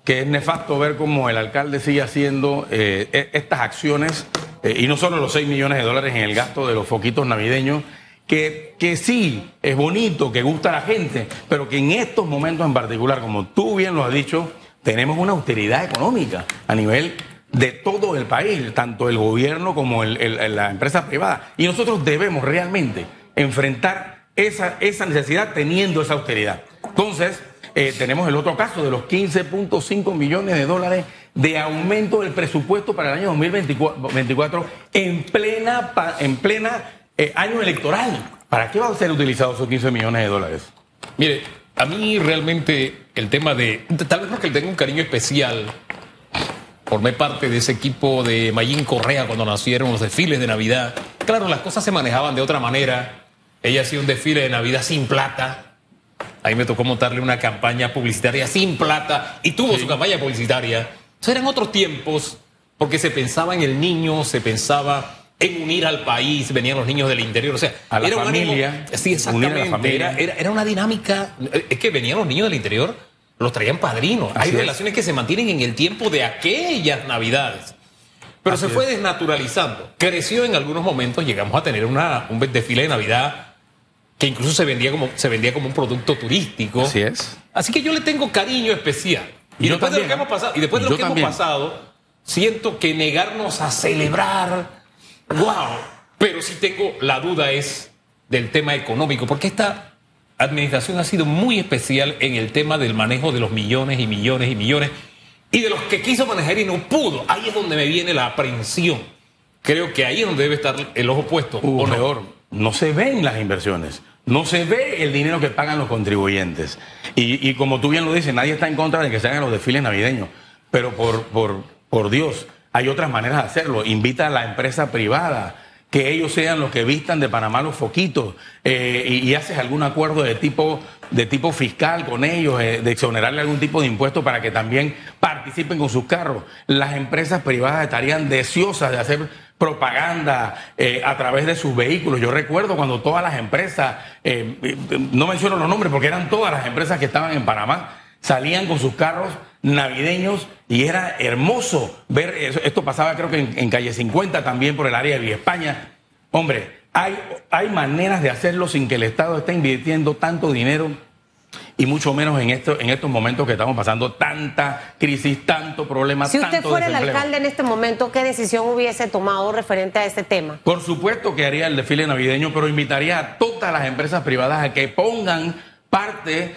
que es nefasto ver cómo el alcalde sigue haciendo estas acciones, y no solo los 6 millones de dólares en el gasto de los foquitos navideños, que sí, es bonito, que gusta a la gente, pero que en estos momentos en particular, como tú bien lo has dicho, tenemos una austeridad económica a nivel de todo el país, tanto el gobierno como la empresa privada. Y nosotros debemos realmente enfrentar esa necesidad teniendo esa austeridad. Entonces, tenemos el otro caso de los 15.5 millones de dólares de aumento del presupuesto para el año 2024 en plena año electoral. ¿Para qué va a ser utilizado esos 15 millones de dólares? Mire, a mí realmente el tema tal vez porque le tengo un cariño especial. Formé parte de ese equipo de Mayín Correa cuando nacieron los desfiles de Navidad. Claro, las cosas se manejaban de otra manera. Ella hacía un desfile de Navidad sin plata. Ahí me tocó montarle una campaña publicitaria sin plata y tuvo su campaña publicitaria. Entonces eran otros tiempos porque se pensaba en el niño, se pensaba en unir al país, venían los niños del interior, o sea, a la era familia, un ánimo, sí, exactamente, era una dinámica, es que venían los niños del interior, los traían padrinos. Hay relaciones que se mantienen en el tiempo de aquellas Navidades. Pero se fue desnaturalizando. Creció en algunos momentos, llegamos a tener un desfile de Navidad que incluso se vendía como un producto turístico. Así es. Así que yo le tengo cariño especial. Y después de lo que hemos pasado, hemos pasado, siento que negarnos a celebrar, wow. Pero sí tengo la duda es del tema económico, porque esta administración ha sido muy especial en el tema del manejo de los millones y millones y millones, y de los que quiso manejar y no pudo. Ahí es donde me viene la aprensión. Creo que ahí es donde debe estar el ojo puesto. O mejor, no se ven las inversiones, no se ve el dinero que pagan los contribuyentes. Y como tú bien lo dices, nadie está en contra de que se hagan los desfiles navideños, pero por Dios, hay otras maneras de hacerlo. Invita a la empresa privada, que ellos sean los que vistan de Panamá los foquitos, y haces algún acuerdo de tipo fiscal con ellos, de exonerarle algún tipo de impuesto para que también participen con sus carros. Las empresas privadas estarían deseosas de hacer propaganda a través de sus vehículos. Yo recuerdo cuando todas las empresas, no menciono los nombres porque eran todas las empresas que estaban en Panamá, salían con sus carros navideños y era hermoso ver eso. Esto pasaba creo que en calle 50 también por el área de Villa España. Hombre, hay maneras de hacerlo sin que el Estado esté invirtiendo tanto dinero y mucho menos en estos momentos que estamos pasando tanta crisis, tanto problema, tanto desempleo. Si usted fuera el alcalde en este momento, ¿qué decisión hubiese tomado referente a este tema? Por supuesto que haría el desfile navideño, pero invitaría a todas las empresas privadas a que pongan parte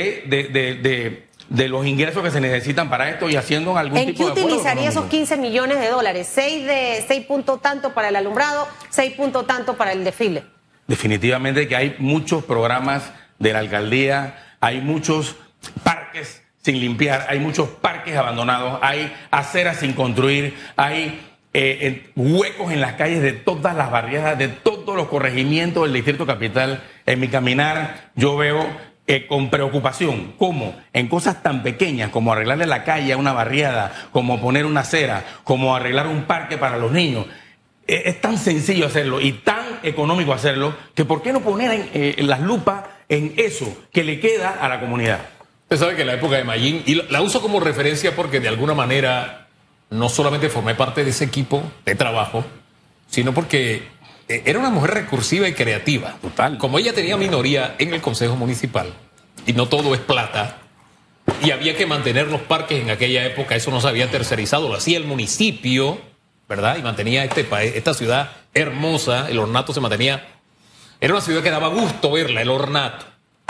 de los ingresos que se necesitan para esto y haciendo algún tipo de acuerdo. ¿En qué utilizaría esos 15 millones de dólares? 6 puntos tanto para el alumbrado, 6 puntos tanto para el desfile. Definitivamente que hay muchos programas de la alcaldía, hay muchos parques sin limpiar, hay muchos parques abandonados, hay aceras sin construir, hay huecos en las calles de todas las barriadas, de todos los corregimientos del Distrito Capital. En mi caminar yo veo con preocupación cómo en cosas tan pequeñas como arreglarle la calle a una barriada, como poner una acera, como arreglar un parque para los niños, es tan sencillo hacerlo y tan económico hacerlo que ¿por qué no poner las lupas en eso que le queda a la comunidad? Usted sabe que en la época de Mayín, y la uso como referencia porque de alguna manera no solamente formé parte de ese equipo de trabajo, sino porque era una mujer recursiva y creativa. Total. Como ella tenía minoría en el Consejo Municipal, y no todo es plata, y había que mantener los parques en aquella época, eso no se había tercerizado, lo hacía el municipio, ¿verdad? Y mantenía esta ciudad hermosa, el ornato se mantenía. Era una ciudad que daba gusto verla, el ornato.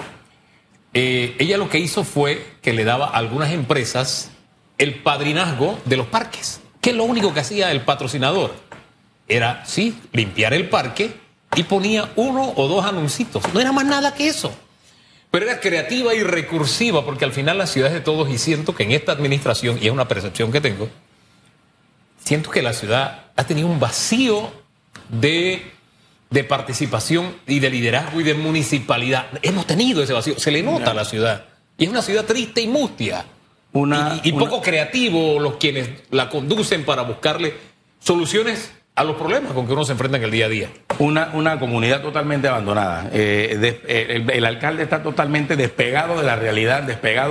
Ella lo que hizo fue que le daba a algunas empresas el padrinazgo de los parques, que es lo único que hacía el patrocinador. Era, sí, limpiar el parque y ponía 1 o 2 anuncios. No era más nada que eso. Pero era creativa y recursiva porque al final la ciudad es de todos y siento que en esta administración, y es una percepción que tengo, siento que la ciudad ha tenido un vacío de participación y de liderazgo y de municipalidad. Hemos tenido ese vacío, se le nota a la ciudad. Y es una ciudad triste y mustia. Y poco creativo los quienes la conducen para buscarle soluciones a los problemas con que uno se enfrenta en el día a día. Una comunidad totalmente abandonada. El alcalde está totalmente despegado de la realidad, despegado.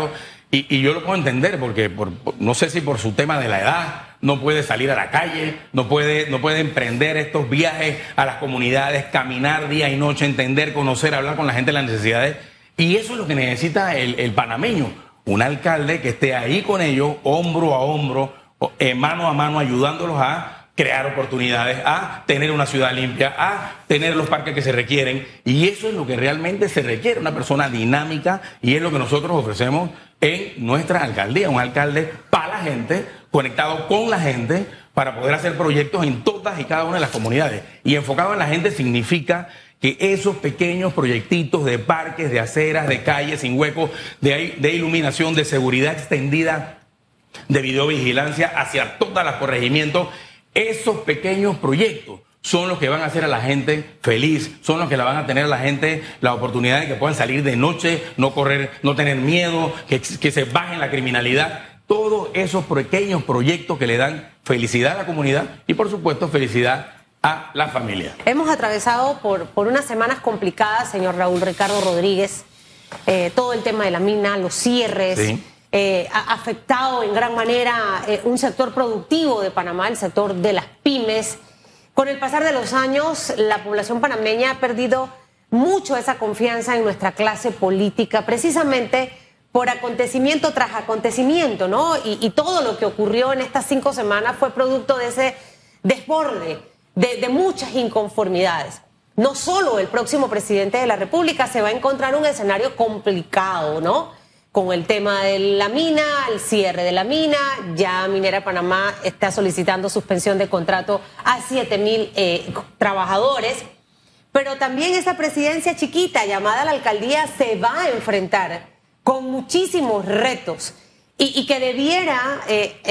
Y yo lo puedo entender porque no sé si por su tema de la edad no puede salir a la calle, no puede emprender estos viajes a las comunidades, caminar día y noche, entender, conocer, hablar con la gente de las necesidades. Y eso es lo que necesita el panameño, un alcalde que esté ahí con ellos, hombro a hombro, mano a mano, ayudándolos a crear oportunidades, a tener una ciudad limpia, a tener los parques que se requieren. Y eso es lo que realmente se requiere, una persona dinámica, y es lo que nosotros ofrecemos en nuestra alcaldía, un alcalde para la gente, conectado con la gente, para poder hacer proyectos en todas y cada una de las comunidades. Y enfocado en la gente significa que esos pequeños proyectitos de parques, de aceras, de calles sin huecos, de iluminación, de seguridad extendida, de videovigilancia hacia todas las corregimientos, esos pequeños proyectos son los que van a hacer a la gente feliz, son los que la van a tener a la gente la oportunidad de que puedan salir de noche, no correr, no tener miedo, que se baje la criminalidad. Todos esos pequeños proyectos que le dan felicidad a la comunidad y, por supuesto, felicidad a la familia. Hemos atravesado por unas semanas complicadas, señor Raúl Ricardo Rodríguez, todo el tema de la mina, los cierres. Sí. Ha afectado en gran manera un sector productivo de Panamá, el sector de las pymes. Con el pasar de los años, la población panameña ha perdido mucho esa confianza en nuestra clase política, precisamente por acontecimiento tras acontecimiento, ¿no? Y todo lo que ocurrió en estas 5 semanas fue producto de ese desborde de muchas inconformidades. No solo el próximo presidente de la República se va a encontrar un escenario complicado, ¿no? Con el tema de la mina, el cierre de la mina, ya Minera Panamá está solicitando suspensión de contrato a 7,000 trabajadores, pero también esa presidencia chiquita llamada la alcaldía se va a enfrentar con muchísimos retos y que debiera,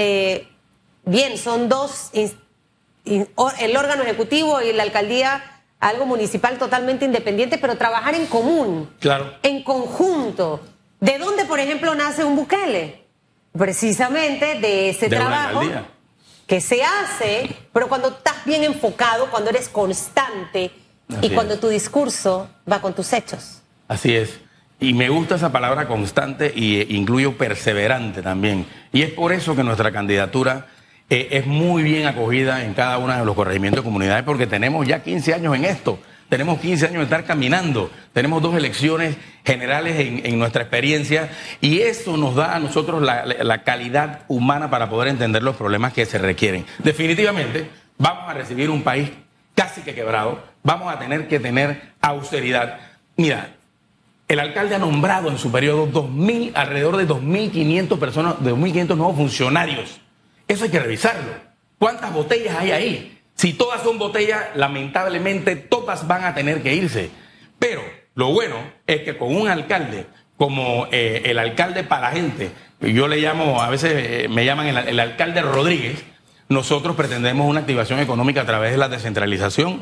bien, son dos, el órgano ejecutivo y la alcaldía, algo municipal totalmente independiente, pero trabajar en común, claro, en conjunto. ¿De dónde, por ejemplo, nace un Bukele? Precisamente de ese trabajo que se hace, pero cuando estás bien enfocado, cuando eres constante y cuando tu discurso va con tus hechos. Así es. Y me gusta esa palabra constante y incluyo perseverante también. Y es por eso que nuestra candidatura es muy bien acogida en cada uno de los corregimientos de comunidades, porque tenemos ya 15 años en esto. Tenemos 15 años de estar caminando, tenemos 2 elecciones generales en nuestra experiencia y eso nos da a nosotros la calidad humana para poder entender los problemas que se requieren. Definitivamente vamos a recibir un país casi que quebrado, vamos a tener que tener austeridad. Mira, el alcalde ha nombrado en su periodo alrededor de 2.500 personas, de 2.500 nuevos funcionarios. Eso hay que revisarlo. ¿Cuántas botellas hay ahí? Si todas son botellas, lamentablemente todas van a tener que irse. Pero lo bueno es que con un alcalde como el alcalde para la gente, yo le llamo, a veces me llaman el alcalde Rodríguez, nosotros pretendemos una activación económica a través de la descentralización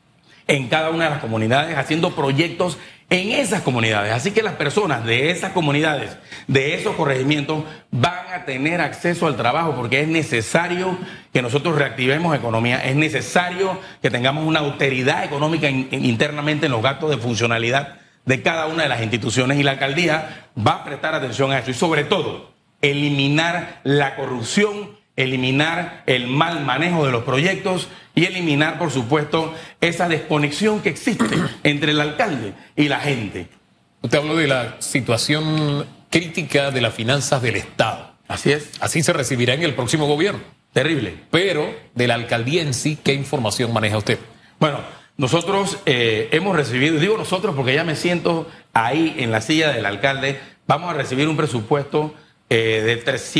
en cada una de las comunidades, haciendo proyectos en esas comunidades. Así que las personas de esas comunidades, de esos corregimientos, van a tener acceso al trabajo porque es necesario que nosotros reactivemos economía, es necesario que tengamos una austeridad económica internamente en los gastos de funcionalidad de cada una de las instituciones y la alcaldía va a prestar atención a eso y sobre todo eliminar la corrupción, eliminar el mal manejo de los proyectos y eliminar, por supuesto, esa desconexión que existe entre el alcalde y la gente. Usted habló de la situación crítica de las finanzas del Estado. Así es. Así se recibirá en el próximo gobierno. Terrible. Pero de la alcaldía en sí, ¿qué información maneja usted? Bueno, nosotros hemos recibido, digo nosotros porque ya me siento ahí en la silla del alcalde, vamos a recibir un presupuesto de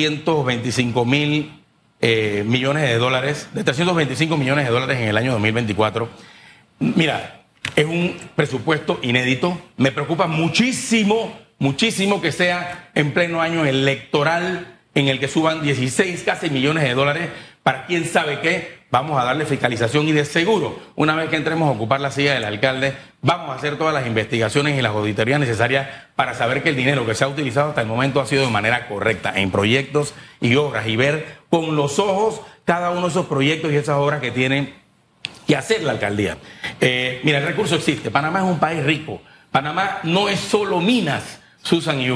325,000 millones de dólares, de 325 millones de dólares en el año 2024. Mira, es un presupuesto inédito. Me preocupa muchísimo que sea en pleno año electoral en el que suban 16 casi millones de dólares para quién sabe qué. Vamos a darle fiscalización y de seguro, una vez que entremos a ocupar la silla del alcalde, vamos a hacer todas las investigaciones y las auditorías necesarias para saber que el dinero que se ha utilizado hasta el momento ha sido de manera correcta en proyectos y obras y ver con los ojos cada uno de esos proyectos y esas obras que tienen que hacer la alcaldía. Mira, el recurso existe. Panamá es un país rico. Panamá no es solo minas, Susan y Hugo.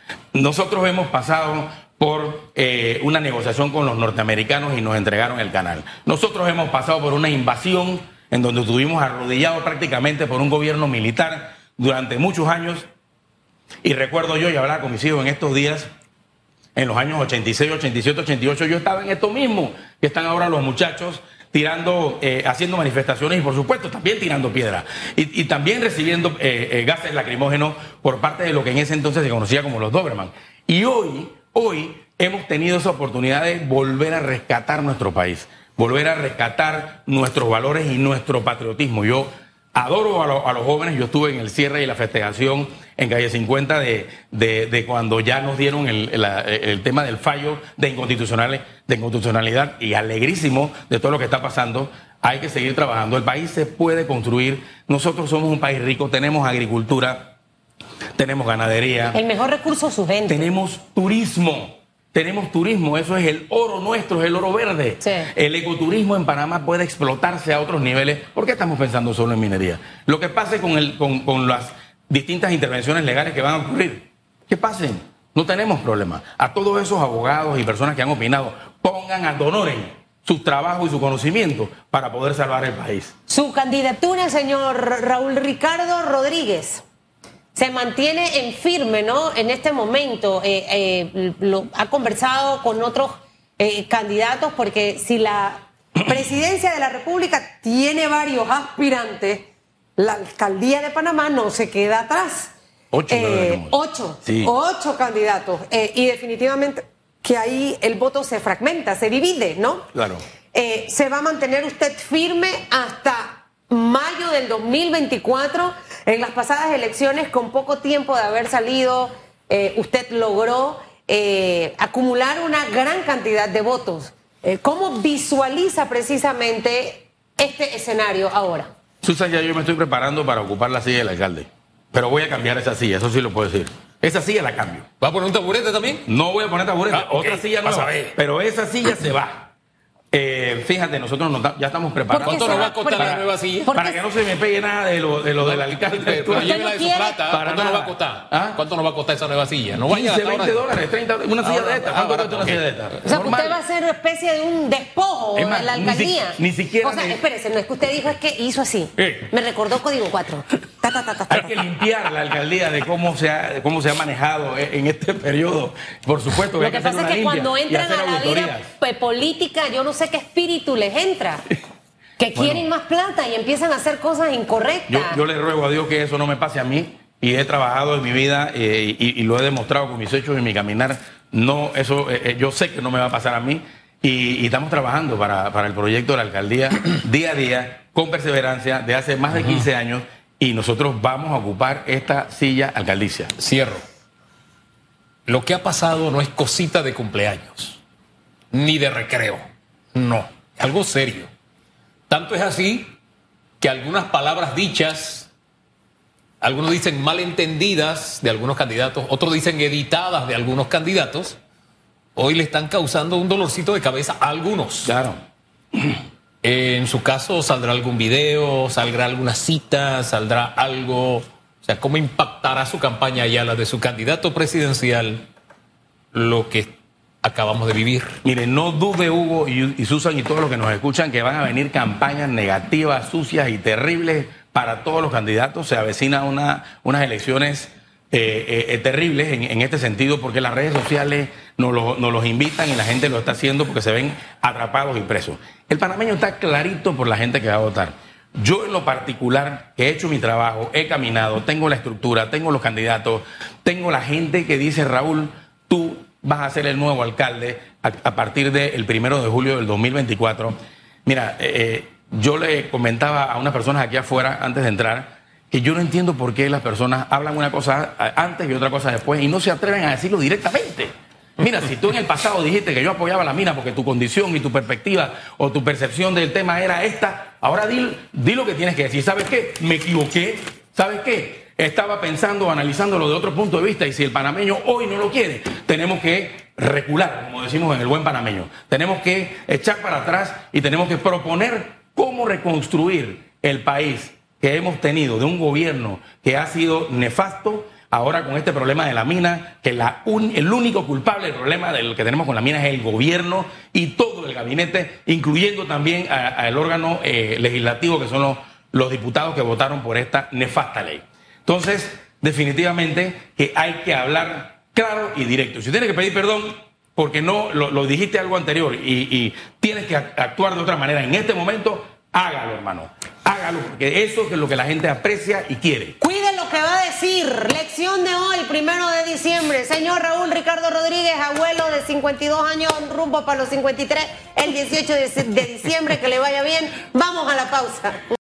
Nosotros hemos pasado por una negociación con los norteamericanos y nos entregaron el canal. Nosotros hemos pasado por una invasión en donde estuvimos arrodillados prácticamente por un gobierno militar durante muchos años. Y recuerdo yo, y hablaba con mis hijos en estos días, en los años 86, 87, 88, yo estaba en esto mismo que están ahora los muchachos tirando, haciendo manifestaciones y por supuesto también tirando piedras y también recibiendo gases lacrimógenos por parte de lo que en ese entonces se conocía como los Doberman. Y hoy hemos tenido esa oportunidad de volver a rescatar nuestro país, volver a rescatar nuestros valores y nuestro patriotismo. Yo adoro a los jóvenes. Yo estuve en el cierre y la festejación en calle 50 de cuando ya nos dieron el tema del fallo de inconstitucionalidad y alegrísimo de todo lo que está pasando. Hay que seguir trabajando. El país se puede construir. Nosotros somos un país rico, tenemos agricultura, tenemos ganadería. El mejor recurso su gente. Tenemos turismo. Eso es el oro nuestro, es el oro verde. Sí. El ecoturismo en Panamá puede explotarse a otros niveles. ¿Por qué estamos pensando solo en minería? Lo que pase con las distintas intervenciones legales que van a ocurrir, que pasen, no tenemos problema. A todos esos abogados y personas que han opinado, honoren su trabajo y su conocimiento para poder salvar el país. Su candidatura, señor Raúl Ricardo Rodríguez, se mantiene en firme, ¿no? En este momento ha conversado con otros candidatos, porque si la presidencia de la República tiene varios aspirantes, la alcaldía de Panamá no se queda atrás. 8 candidatos. Y definitivamente que ahí el voto se fragmenta, se divide, ¿no? Claro. ¿Se va a mantener usted firme hasta mayo del 2024? En las pasadas elecciones, con poco tiempo de haber salido, usted logró acumular una gran cantidad de votos. ¿Cómo visualiza precisamente este escenario ahora? Susan, ya yo me estoy preparando para ocupar la silla del alcalde. Pero voy a cambiar esa silla, eso sí lo puedo decir. Esa silla la cambio. ¿Va a poner un taburete también? No voy a poner taburete, Okay. otra silla no. Pero esa silla se va. Fíjate, nosotros ya estamos preparados. ¿Cuánto nos va a costar la nueva silla? Para que no se me pegue nada de lo del alcalde. Pero llévela de su plata. Para ¿Cuánto nos va a nada. costar? ¿Ah? ¿Cuánto nos va a costar esa nueva silla? No vaya a 15, 20 dólares, 30, una silla de esta. ¿Cuánto cuesta una silla de esta? O sea, que usted va a ser una especie de un despojo Es más, de la alcaldía. ni siquiera O sea, me- espérese, no es que usted dijo, es que hizo así. Me recordó Código 4. Hay que limpiar la alcaldía de cómo se ha manejado en este periodo. Por supuesto que Lo hay que hacer pasa una es que limpia cuando y entran hacer a la auditorías. vida política, yo no sé qué espíritu les entra. Que quieren más plata y empiezan a hacer cosas incorrectas. Yo le ruego a Dios que eso no me pase a mí, y he trabajado en mi vida y lo he demostrado con mis hechos y mi caminar. No, eso yo sé que no me va a pasar a mí, y estamos trabajando para el proyecto de la alcaldía día a día, con perseverancia, de hace más de 15 años, y nosotros vamos a ocupar esta silla alcaldicia. Cierro. Lo que ha pasado no es cosita de cumpleaños, ni de recreo. No, es algo serio. Tanto es así que algunas palabras dichas, algunos dicen malentendidas de algunos candidatos, otros dicen editadas de algunos candidatos, hoy le están causando un dolorcito de cabeza a algunos. Claro. En su caso, ¿saldrá algún video? ¿Saldrá alguna cita? ¿Saldrá algo? O sea, ¿cómo impactará su campaña y a la de su candidato presidencial lo que acabamos de vivir? Mire, no dude, Hugo y Susan y todos los que nos escuchan, que van a venir campañas negativas, sucias y terribles para todos los candidatos. Se avecina unas elecciones terribles en este sentido, porque las redes sociales nos los invitan y la gente lo está haciendo porque se ven atrapados y presos. El panameño está clarito por la gente que va a votar. Yo en lo particular, que he hecho mi trabajo, he caminado, tengo la estructura, tengo los candidatos, tengo la gente que dice: Raúl, tú vas a ser el nuevo alcalde a partir del 1 de julio del 2024. Mira, yo le comentaba a unas personas aquí afuera antes de entrar que yo no entiendo por qué las personas hablan una cosa antes y otra cosa después y no se atreven a decirlo directamente. Mira, si tú en el pasado dijiste que yo apoyaba la mina porque tu condición y tu perspectiva o tu percepción del tema era esta, ahora di lo que tienes que decir. ¿Sabes qué? Me equivoqué. ¿Sabes qué? Estaba pensando, analizándolo de otro punto de vista, y si el panameño hoy no lo quiere, tenemos que recular, como decimos en el buen panameño. Tenemos que echar para atrás y tenemos que proponer cómo reconstruir el país que hemos tenido de un gobierno que ha sido nefasto, ahora con este problema de la mina, que el único culpable del problema del que tenemos con la mina es el gobierno y todo el gabinete, incluyendo también al órgano legislativo, que son los diputados que votaron por esta nefasta ley. Entonces, definitivamente que hay que hablar claro y directo. Si tienes que pedir perdón porque no lo dijiste algo anterior y tienes que actuar de otra manera en este momento, hágalo, hermano. Hágalo, porque eso es lo que la gente aprecia y quiere. Cuide lo que va a decir. Lección de hoy, 1 de diciembre. Señor Raúl Ricardo Rodríguez, abuelo de 52 años, rumbo para los 53, el 18 de diciembre. Que le vaya bien. Vamos a la pausa.